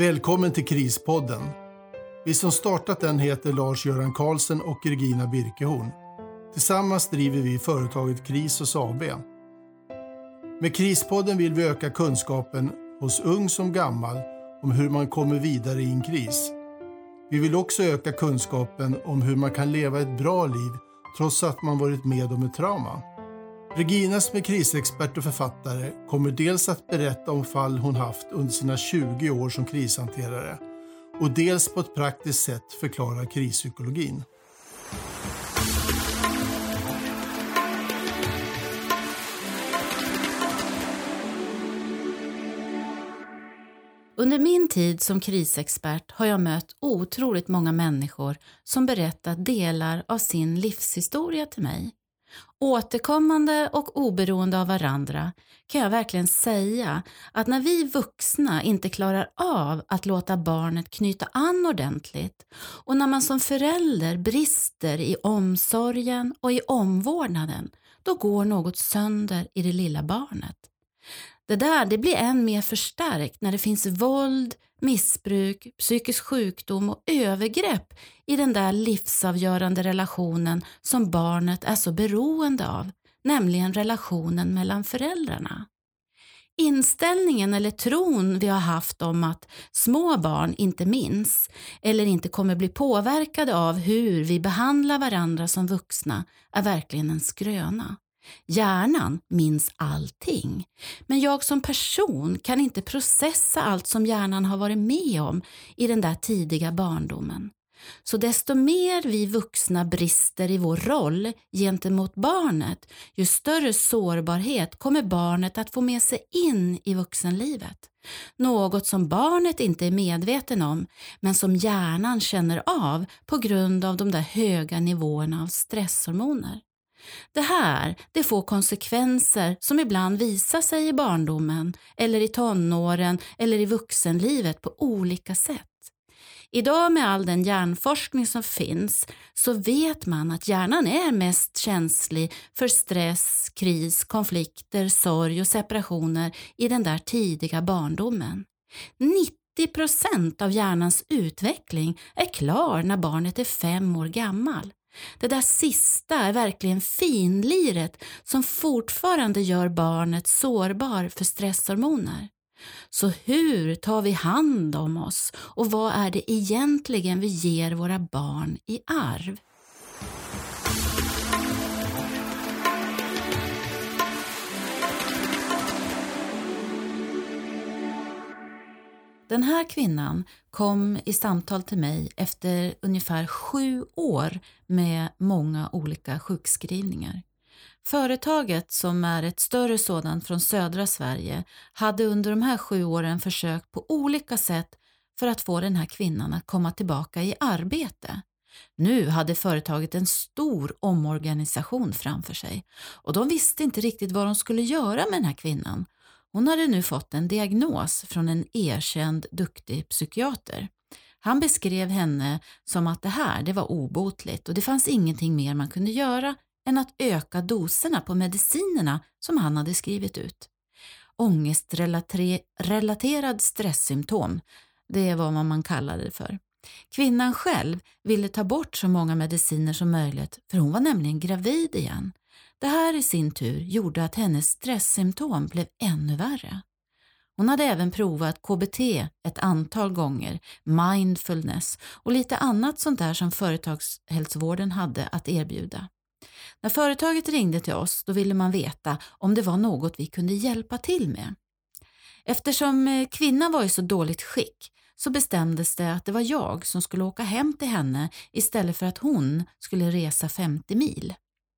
Välkommen till Krispodden. Vi som startat den heter Lars-Göran Karlsson och Regina Birkehorn. Tillsammans driver vi företaget Krisos AB. Med Krispodden vill vi öka kunskapen hos ung som gammal om hur man kommer vidare i en kris. Vi vill också öka kunskapen om hur man kan leva ett bra liv trots att man varit med om ett trauma. Regina som är krisexpert och författare kommer dels att berätta om fall hon haft under sina 20 år som krishanterare och dels på ett praktiskt sätt förklara krispsykologin. Under min tid som krisexpert har jag mött otroligt många människor som berättat delar av sin livshistoria till mig. Återkommande och oberoende av varandra kan jag verkligen säga att när vi vuxna inte klarar av att låta barnet knyta an ordentligt och när man som förälder brister i omsorgen och i omvårdnaden, då går något sönder i det lilla barnet. Det blir än mer förstärkt när det finns våld, missbruk, psykisk sjukdom och övergrepp i den där livsavgörande relationen som barnet är så beroende av, nämligen relationen mellan föräldrarna. Inställningen eller tron vi har haft om att små barn inte minns eller inte kommer bli påverkade av hur vi behandlar varandra som vuxna är verkligen en skröna. Hjärnan minns allting, men jag som person kan inte processa allt som hjärnan har varit med om i den där tidiga barndomen. Så desto mer vi vuxna brister i vår roll gentemot barnet, ju större sårbarhet kommer barnet att få med sig in i vuxenlivet. Något som barnet inte är medveten om, men som hjärnan känner av på grund av de där höga nivåerna av stresshormoner. Det får konsekvenser som ibland visar sig i barndomen eller i tonåren eller i vuxenlivet på olika sätt. Idag med all den hjärnforskning som finns så vet man att hjärnan är mest känslig för stress, kris, konflikter, sorg och separationer i den där tidiga barndomen. 90% av hjärnans utveckling är klar när barnet är 5 år gammal. Det där sista är verkligen finliret som fortfarande gör barnet sårbar för stresshormoner. Så hur tar vi hand om oss och vad är det egentligen vi ger våra barn i arv? Den här kvinnan kom i samtal till mig efter ungefär 7 år med många olika sjukskrivningar. Företaget, som är ett större sådant från södra Sverige, hade under de här 7 åren försökt på olika sätt för att få den här kvinnan att komma tillbaka i arbete. Nu hade företaget en stor omorganisation framför sig och de visste inte riktigt vad de skulle göra med den här kvinnan. Hon hade nu fått en diagnos från en erkänd duktig psykiater. Han beskrev henne som att det var obotligt och det fanns ingenting mer man kunde göra än att öka doserna på medicinerna som han hade skrivit ut. Ångestrelaterad stresssymptom, det är vad man kallade det för. Kvinnan själv ville ta bort så många mediciner som möjligt för hon var nämligen gravid igen. Det här i sin tur gjorde att hennes stresssymptom blev ännu värre. Hon hade även provat KBT ett antal gånger, mindfulness och lite annat sånt där som företagshälsovården hade att erbjuda. När företaget ringde till oss då ville man veta om det var något vi kunde hjälpa till med. Eftersom kvinnan var i så dåligt skick så bestämdes det att det var jag som skulle åka hem till henne istället för att hon skulle resa 50 mil.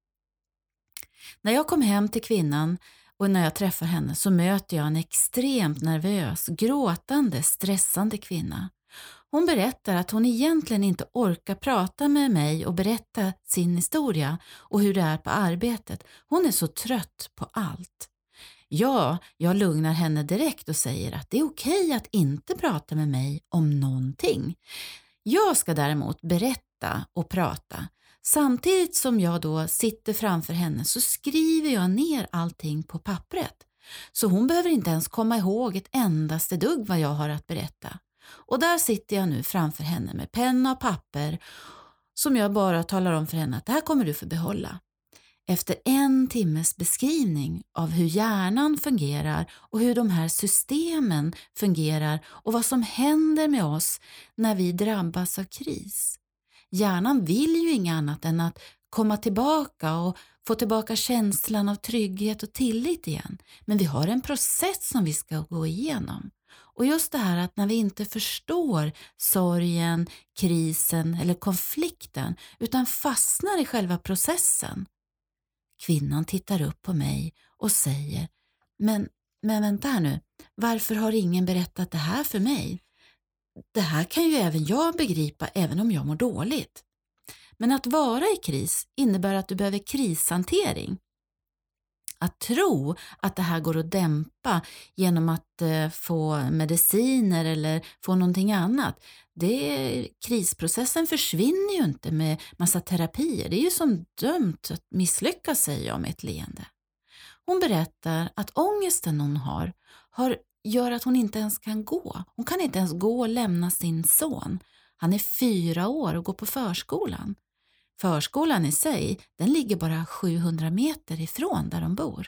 När jag kom hem till kvinnan och när jag träffar henne så möter jag en extremt nervös, gråtande, stressande kvinna. Hon berättar att hon egentligen inte orkar prata med mig och berätta sin historia och hur det är på arbetet. Hon är så trött på allt. Ja, jag lugnar henne direkt och säger att det är okej att inte prata med mig om någonting. Jag ska däremot berätta och prata. Samtidigt som jag då sitter framför henne så skriver jag ner allting på pappret. Så hon behöver inte ens komma ihåg ett endaste dugg vad jag har att berätta. Och där sitter jag nu framför henne med penna och papper som jag bara talar om för henne att det här kommer du få behålla. Efter 1 timmes beskrivning av hur hjärnan fungerar och hur de här systemen fungerar och vad som händer med oss när vi drabbas av kris. Hjärnan vill ju inget annat än att komma tillbaka och få tillbaka känslan av trygghet och tillit igen. Men vi har en process som vi ska gå igenom. Och just det här att när vi inte förstår sorgen, krisen eller konflikten utan fastnar i själva processen. Kvinnan tittar upp på mig och säger, men vänta här nu, varför har ingen berättat det här för mig? Det här kan ju även jag begripa även om jag mår dåligt. Men att vara i kris innebär att du behöver krishantering. Att tro att det här går att dämpa genom att få mediciner eller få någonting annat. Krisprocessen försvinner ju inte med massa terapier. Det är ju som dömt att misslyckas, säger jag med ett leende. Hon berättar att ångesten hon gör att hon inte ens kan gå. Hon kan inte ens gå och lämna sin son. Han är 4 år och går på förskolan. Förskolan i sig, den ligger bara 700 meter ifrån där de bor.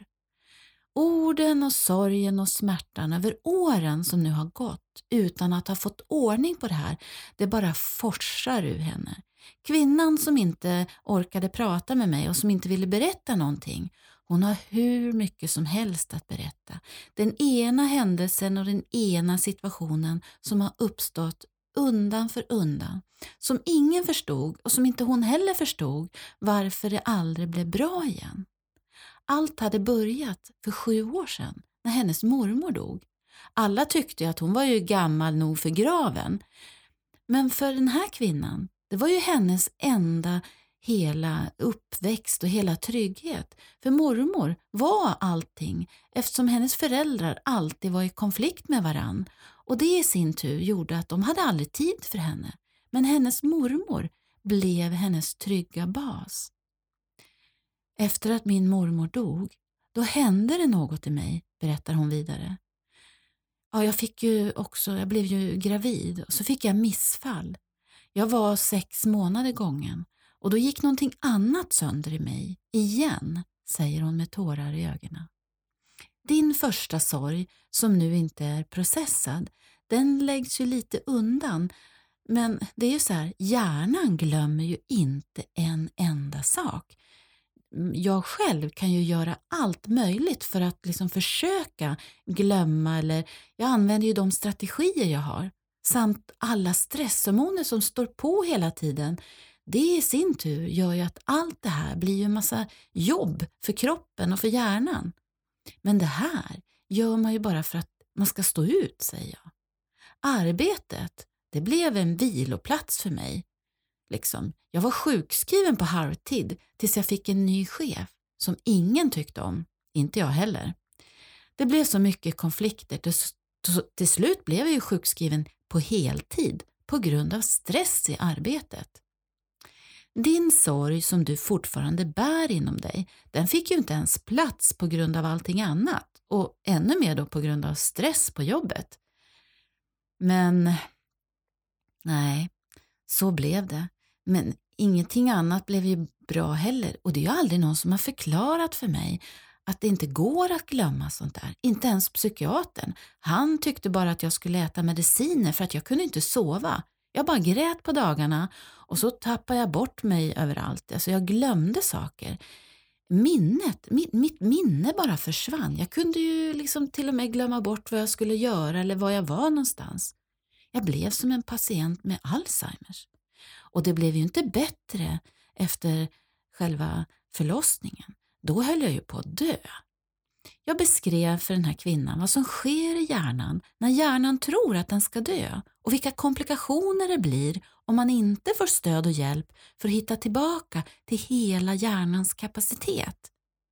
Orden och sorgen och smärtan över åren som nu har gått utan att ha fått ordning på det här, det bara forsar ur henne. Kvinnan som inte orkade prata med mig och som inte ville berätta någonting, hon har hur mycket som helst att berätta. Den ena händelsen och den ena situationen som har uppstått undan för undan, som ingen förstod och som inte hon heller förstod varför det aldrig blev bra igen. Allt hade börjat för 7 år sedan när hennes mormor dog. Alla tyckte att hon var ju gammal nog för graven. Men för den här kvinnan, det var ju hennes enda hela uppväxt och hela trygghet. För mormor var allting eftersom hennes föräldrar alltid var i konflikt med varann. Och det i sin tur gjorde att de hade aldrig tid för henne. Men hennes mormor blev hennes trygga bas. Efter att min mormor dog, då hände det något i mig, berättar hon vidare. Ja, jag blev ju gravid och så fick jag missfall. Jag var 6 månader gången och då gick någonting annat sönder i mig, igen, säger hon med tårar i ögonen. Din första sorg, som nu inte är processad, den läggs ju lite undan. Men det är ju så här, hjärnan glömmer ju inte en enda sak. Jag själv kan ju göra allt möjligt för att liksom försöka glömma, eller jag använder ju de strategier jag har. Samt alla stresshormoner som står på hela tiden. Det i sin tur gör ju att allt det här blir ju en massa jobb för kroppen och för hjärnan. Men det här gör man ju bara för att man ska stå ut, säger jag. Arbetet, det blev en viloplats för mig. Jag var sjukskriven på halvtid tills jag fick en ny chef som ingen tyckte om, inte jag heller. Det blev så mycket konflikter, till slut blev jag ju sjukskriven på heltid på grund av stress i arbetet. Din sorg som du fortfarande bär inom dig, den fick ju inte ens plats på grund av allting annat och ännu mer då på grund av stress på jobbet. Men nej, så blev det. Men ingenting annat blev ju bra heller, och det är ju aldrig någon som har förklarat för mig att det inte går att glömma sånt där. Inte ens psykiatern. Han tyckte bara att jag skulle äta mediciner för att jag kunde inte sova. Jag bara grät på dagarna och så tappade jag bort mig överallt. Alltså jag glömde saker. Mitt minne bara försvann. Jag kunde ju till och med glömma bort vad jag skulle göra eller var jag var någonstans. Jag blev som en patient med Alzheimers. Och det blev ju inte bättre efter själva förlossningen. Då höll jag ju på att dö. Jag beskrev för den här kvinnan vad som sker i hjärnan när hjärnan tror att den ska dö och vilka komplikationer det blir om man inte får stöd och hjälp för att hitta tillbaka till hela hjärnans kapacitet.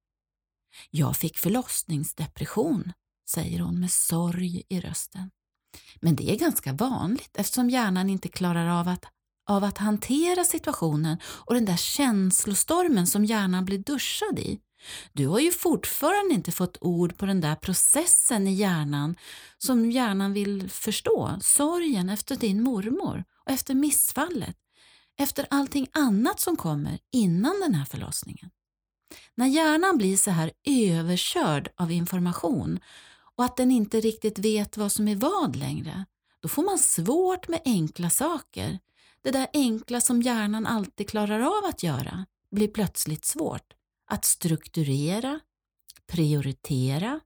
Jag fick förlossningsdepression, säger hon med sorg i rösten. Men det är ganska vanligt eftersom hjärnan inte klarar av att hantera situationen och den där känslostormen som hjärnan blir duschad i. Du har ju fortfarande inte fått ord på den där processen i hjärnan som hjärnan vill förstå. Sorgen efter din mormor och efter missfallet. Efter allting annat som kommer innan den här förlossningen. När hjärnan blir så här överkörd av information och att den inte riktigt vet vad som är vad längre, då får man svårt med enkla saker. Det där enkla som hjärnan alltid klarar av att göra blir plötsligt svårt. Att strukturera, prioritera,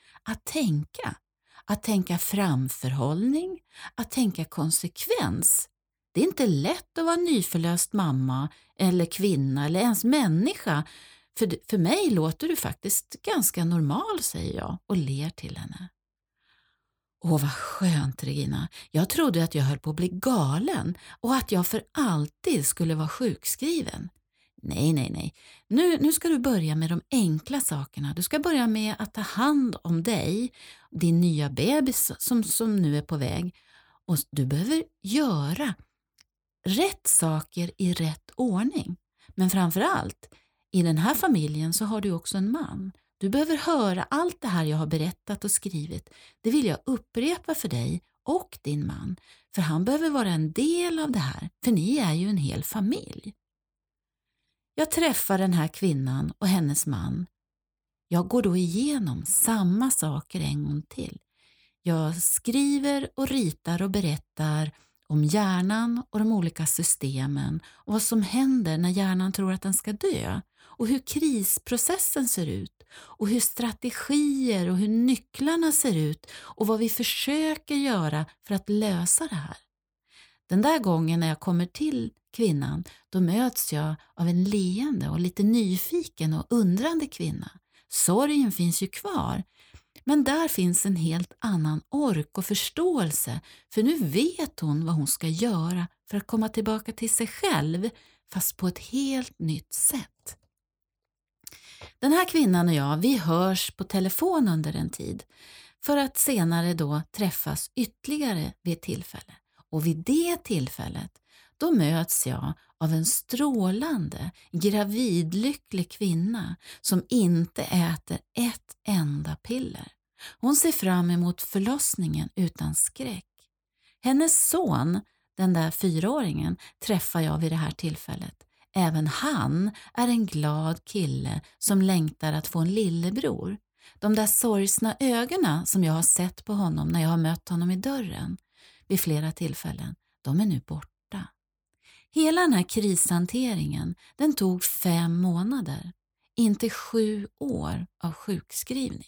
att tänka framförhållning, att tänka konsekvens. Det är inte lätt att vara nyförlöst mamma eller kvinna eller ens människa. För mig låter du faktiskt ganska normal, säger jag och ler till henne. Åh, vad skönt, Regina. Jag trodde att jag höll på att bli galen och att jag för alltid skulle vara sjukskriven. Nej. Nu ska du börja med de enkla sakerna. Du ska börja med att ta hand om dig, din nya bebis som nu är på väg. Och du behöver göra rätt saker i rätt ordning. Men framförallt, i den här familjen så har du också en man. Du behöver höra allt det här jag har berättat och skrivit. Det vill jag upprepa för dig och din man. För han behöver vara en del av det här. För ni är ju en hel familj. Jag träffar den här kvinnan och hennes man. Jag går då igenom samma saker en gång till. Jag skriver och ritar och berättar om hjärnan och de olika systemen och vad som händer när hjärnan tror att den ska dö och hur krisprocessen ser ut och hur strategier och hur nycklarna ser ut och vad vi försöker göra för att lösa det här. Den där gången när jag kommer till kvinnan, då möts jag av en leende och lite nyfiken och undrande kvinna. Sorgen finns ju kvar, men där finns en helt annan ork och förståelse, för nu vet hon vad hon ska göra för att komma tillbaka till sig själv, fast på ett helt nytt sätt. Den här kvinnan och jag, vi hörs på telefon under en tid, för att senare då träffas ytterligare vid ett tillfälle. Och vid det tillfället, då möts jag av en strålande, gravidlycklig kvinna som inte äter ett enda piller. Hon ser fram emot förlossningen utan skräck. Hennes son, den där 4-åringen, träffar jag vid det här tillfället. Även han är en glad kille som längtar att få en lillebror. De där sorgsna ögonen som jag har sett på honom när jag har mött honom i dörren vid flera tillfällen, de är nu borta. Hela den här krishanteringen, den tog 5 månader, inte 7 år av sjukskrivning.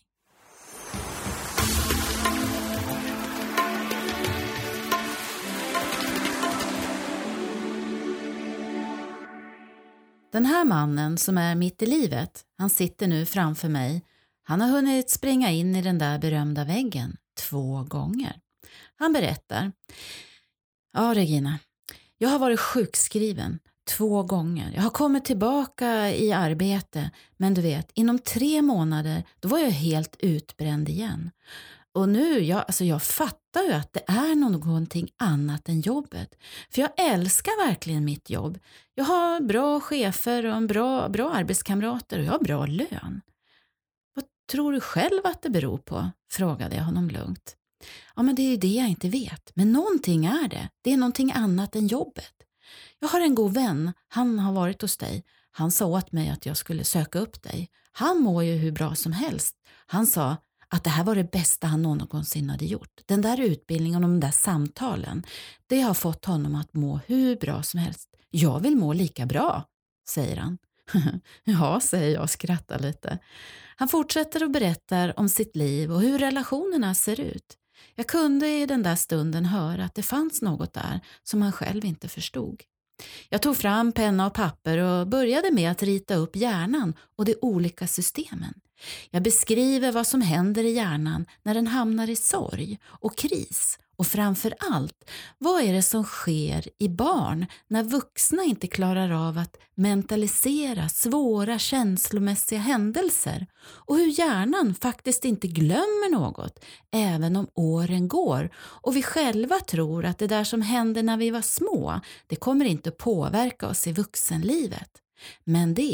Den här mannen som är mitt i livet, han sitter nu framför mig. Han har hunnit springa in i den där berömda väggen 2 gånger. Han berättar: Ja, Regina, jag har varit sjukskriven 2 gånger. Jag har kommit tillbaka i arbete, men du vet, inom 3 månader då var jag helt utbränd igen. Och nu, jag fattar ju att det är någonting annat än jobbet. För jag älskar verkligen mitt jobb. Jag har bra chefer och bra arbetskamrater och jag har bra lön. Vad tror du själv att det beror på? Frågade jag honom lugnt. Ja, men det är ju det jag inte vet. Men någonting är det. Det är någonting annat än jobbet. Jag har en god vän. Han har varit hos dig. Han sa åt mig att jag skulle söka upp dig. Han mår ju hur bra som helst. Han sa att det här var det bästa han någonsin hade gjort. Den där utbildningen och de där samtalen, det har fått honom att må hur bra som helst. Jag vill må lika bra, säger han. Ja, säger jag och skrattar lite. Han fortsätter och berättar om sitt liv och hur relationerna ser ut. Jag kunde i den där stunden höra att det fanns något där som han själv inte förstod. Jag tog fram penna och papper och började med att rita upp hjärnan och de olika systemen. Jag beskriver vad som händer i hjärnan när den hamnar i sorg och kris. Och framför allt, vad är det som sker i barn när vuxna inte klarar av att mentalisera svåra känslomässiga händelser och hur hjärnan faktiskt inte glömmer något även om åren går och vi själva tror att det där som hände när vi var små, det kommer inte påverka oss i vuxenlivet. Men det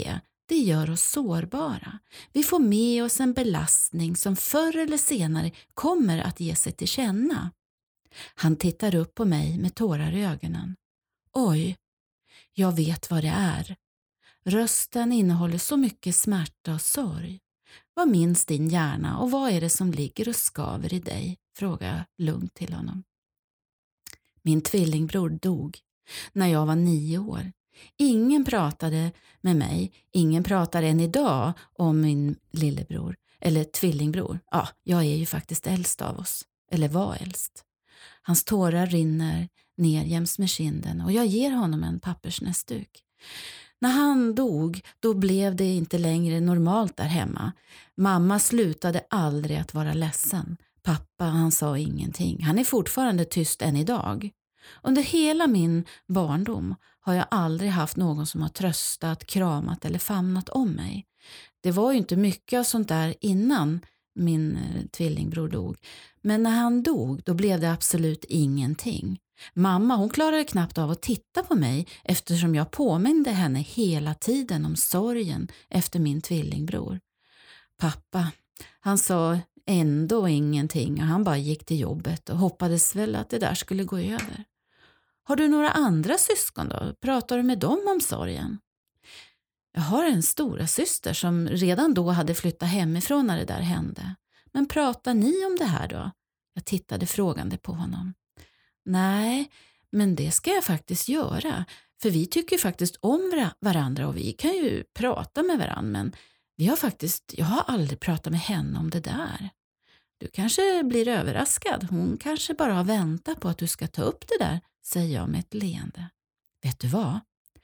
det gör oss sårbara. Vi får med oss en belastning som förr eller senare kommer att ge sig till känna. Han tittar upp på mig med tårar i ögonen. Oj, jag vet vad det är. Rösten innehåller så mycket smärta och sorg. Vad minns din hjärna och vad är det som ligger och skaver i dig? Frågar jag lugnt till honom. Min tvillingbror dog när jag var 9 år. Ingen pratade med mig, ingen pratar än idag om min lillebror eller tvillingbror. Ja, jag är ju faktiskt äldst av oss, eller var äldst. Hans tårar rinner ner jäms med kinden och jag ger honom en pappersnäsduk. När han dog, då blev det inte längre normalt där hemma. Mamma slutade aldrig att vara ledsen. Pappa, han sa ingenting. Han är fortfarande tyst än idag. Under hela min barndom har jag aldrig haft någon som har tröstat, kramat eller famnat om mig. Det var ju inte mycket av sånt där innan min tvillingbror dog. Men när han dog, då blev det absolut ingenting. Mamma, hon klarade knappt av att titta på mig eftersom jag påminde henne hela tiden om sorgen efter min tvillingbror. Pappa, han sa ändå ingenting och han bara gick till jobbet och hoppades väl att det där skulle gå över. Har du några andra syskon då? Pratar du med dem om sorgen? Jag har en stora syster som redan då hade flyttat hemifrån när det där hände. Men pratar ni om det här då? Jag tittade frågande på honom. Nej, men det ska jag faktiskt göra. För vi tycker faktiskt om varandra och vi kan ju prata med varandra. Men jag har aldrig pratat med henne om det där. Du kanske blir överraskad. Hon kanske bara har väntat på att du ska ta upp det där, säger jag med ett leende. Vet du vad?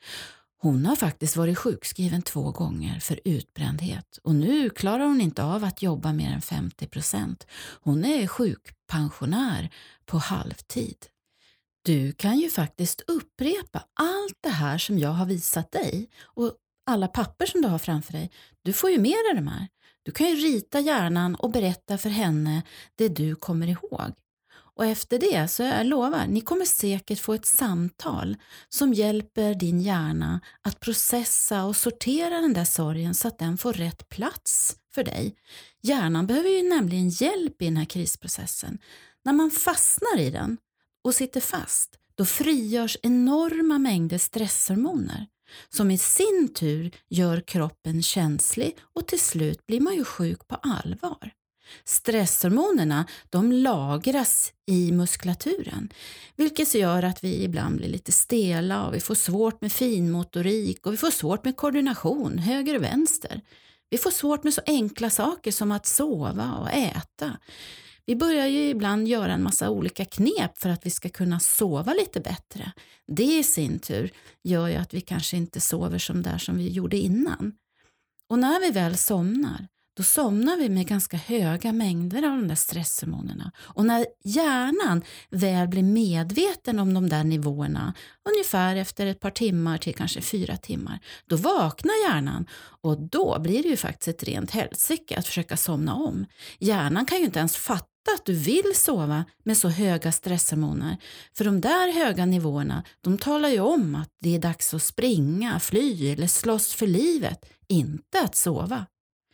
Hon har faktiskt varit sjukskriven 2 gånger för utbrändhet och nu klarar hon inte av att jobba mer än 50%. Hon är sjukpensionär på halvtid. Du kan ju faktiskt upprepa allt det här som jag har visat dig och alla papper som du har framför dig. Du får ju med dig de här. Du kan ju rita hjärnan och berätta för henne det du kommer ihåg. Och efter det så jag lovar, ni kommer säkert få ett samtal som hjälper din hjärna att processa och sortera den där sorgen så att den får rätt plats för dig. Hjärnan behöver ju nämligen hjälp i den här krisprocessen. När man fastnar i den och sitter fast, då frigörs enorma mängder stresshormoner som i sin tur gör kroppen känslig och till slut blir man ju sjuk på allvar. Stresshormonerna, de lagras i muskulaturen, vilket gör att vi ibland blir lite stela och vi får svårt med finmotorik och vi får svårt med koordination, höger och vänster. Vi får svårt med så enkla saker som att sova och äta. Vi börjar ju ibland göra en massa olika knep för att vi ska kunna sova lite bättre. Det i sin tur gör ju att vi kanske inte sover som vi gjorde innan. Och när vi väl somnar, då somnar vi med ganska höga mängder av de där stresshormonerna. Och när hjärnan väl blir medveten om de där nivåerna, ungefär efter ett par timmar till kanske 4 timmar, då vaknar hjärnan och då blir det ju faktiskt ett rent helsike att försöka somna om. Hjärnan kan ju inte ens fatta att du vill sova med så höga stresshormoner. För de där höga nivåerna, de talar ju om att det är dags att springa, fly eller slåss för livet, inte att sova.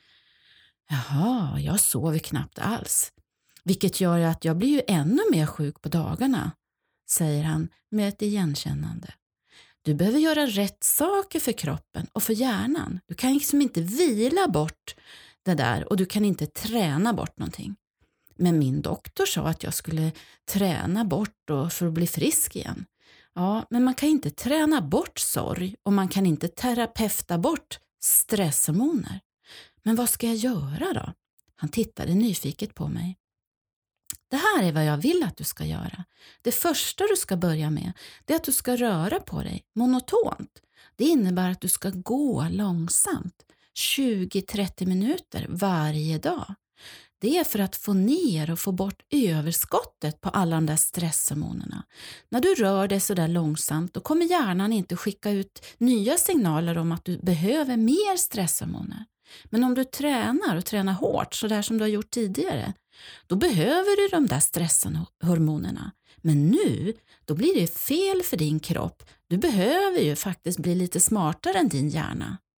Jaha, jag sover knappt alls. Vilket gör att jag blir ju ännu mer sjuk på dagarna, säger han med ett igenkännande. Du behöver göra rätt saker för kroppen och för hjärnan. Du kan liksom inte vila bort det där och du kan inte träna bort någonting. Men min doktor sa att jag skulle träna bort och för att bli frisk igen. Ja, men man kan inte träna bort sorg och man kan inte terapeuta bort stresshormoner. Men vad ska jag göra då? Han tittade nyfiket på mig. Det här är vad jag vill att du ska göra. Det första du ska börja med, det är att du ska röra på dig monotont. Det innebär att du ska gå långsamt, 20-30 minuter varje dag. Det är för att få ner och få bort överskottet på alla de där stresshormonerna. När du rör dig så där långsamt, då kommer hjärnan inte skicka ut nya signaler om att du behöver mer stresshormoner. Men om du tränar hårt så där som du har gjort tidigare, då behöver du de där stresshormonerna. Men nu, då blir det fel för din kropp. Du behöver ju faktiskt bli lite smartare än din hjärna.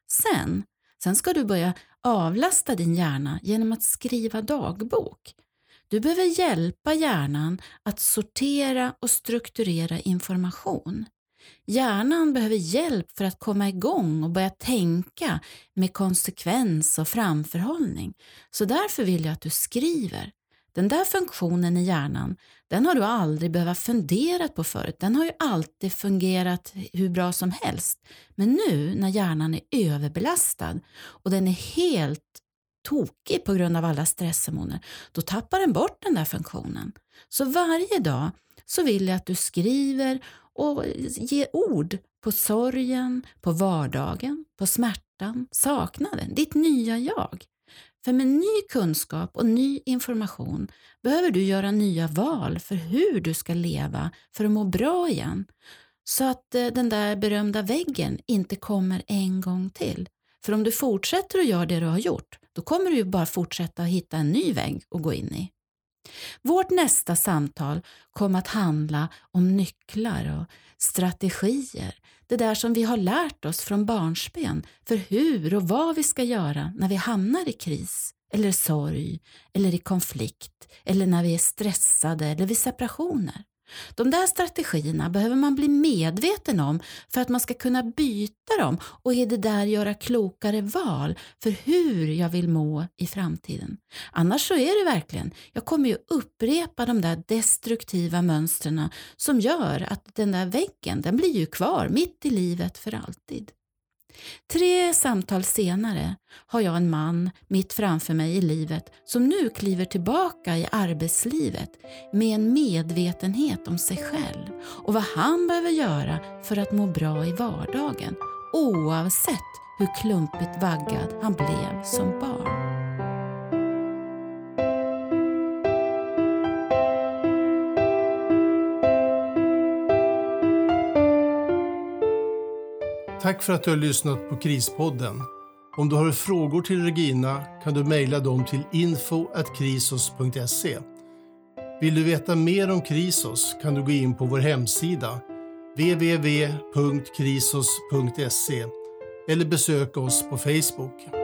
Sen ska du börja avlasta din hjärna genom att skriva dagbok. Du behöver hjälpa hjärnan att sortera och strukturera information. Hjärnan behöver hjälp för att komma igång och börja tänka med konsekvens och framförhållning. Så därför vill jag att du skriver. Den där funktionen i hjärnan, den har du aldrig behövt fundera på förut. Den har ju alltid fungerat hur bra som helst. Men nu när hjärnan är överbelastad och den är helt tokig på grund av alla stresshormoner, då tappar den bort den där funktionen. Så varje dag så vill jag att du skriver och ger ord på sorgen, på vardagen, på smärtan, saknaden, ditt nya jag. För med ny kunskap och ny information behöver du göra nya val för hur du ska leva för att må bra igen. Så att den där berömda väggen inte kommer en gång till. För om du fortsätter att göra det du har gjort, då kommer du ju bara fortsätta att hitta en ny vägg att gå in i. Vårt nästa samtal kommer att handla om nycklar och strategier. Det där som vi har lärt oss från barnsben för hur och vad vi ska göra när vi hamnar i kris eller sorg eller i konflikt eller när vi är stressade eller vid separationer. De där strategierna behöver man bli medveten om för att man ska kunna byta dem och i det där göra klokare val för hur jag vill må i framtiden. Annars så är det verkligen, jag kommer ju upprepa de där destruktiva mönstren som gör att den där väggen, den blir ju kvar mitt i livet för alltid. 3 samtal senare har jag en man mitt framför mig i livet som nu kliver tillbaka i arbetslivet med en medvetenhet om sig själv och vad han behöver göra för att må bra i vardagen, oavsett hur klumpigt vaggad han blev som barn. Tack för att du har lyssnat på Krispodden. Om du har frågor till Regina kan du mejla dem till info@krisos.se. Vill du veta mer om Krisos kan du gå in på vår hemsida www.krisos.se eller besöka oss på Facebook.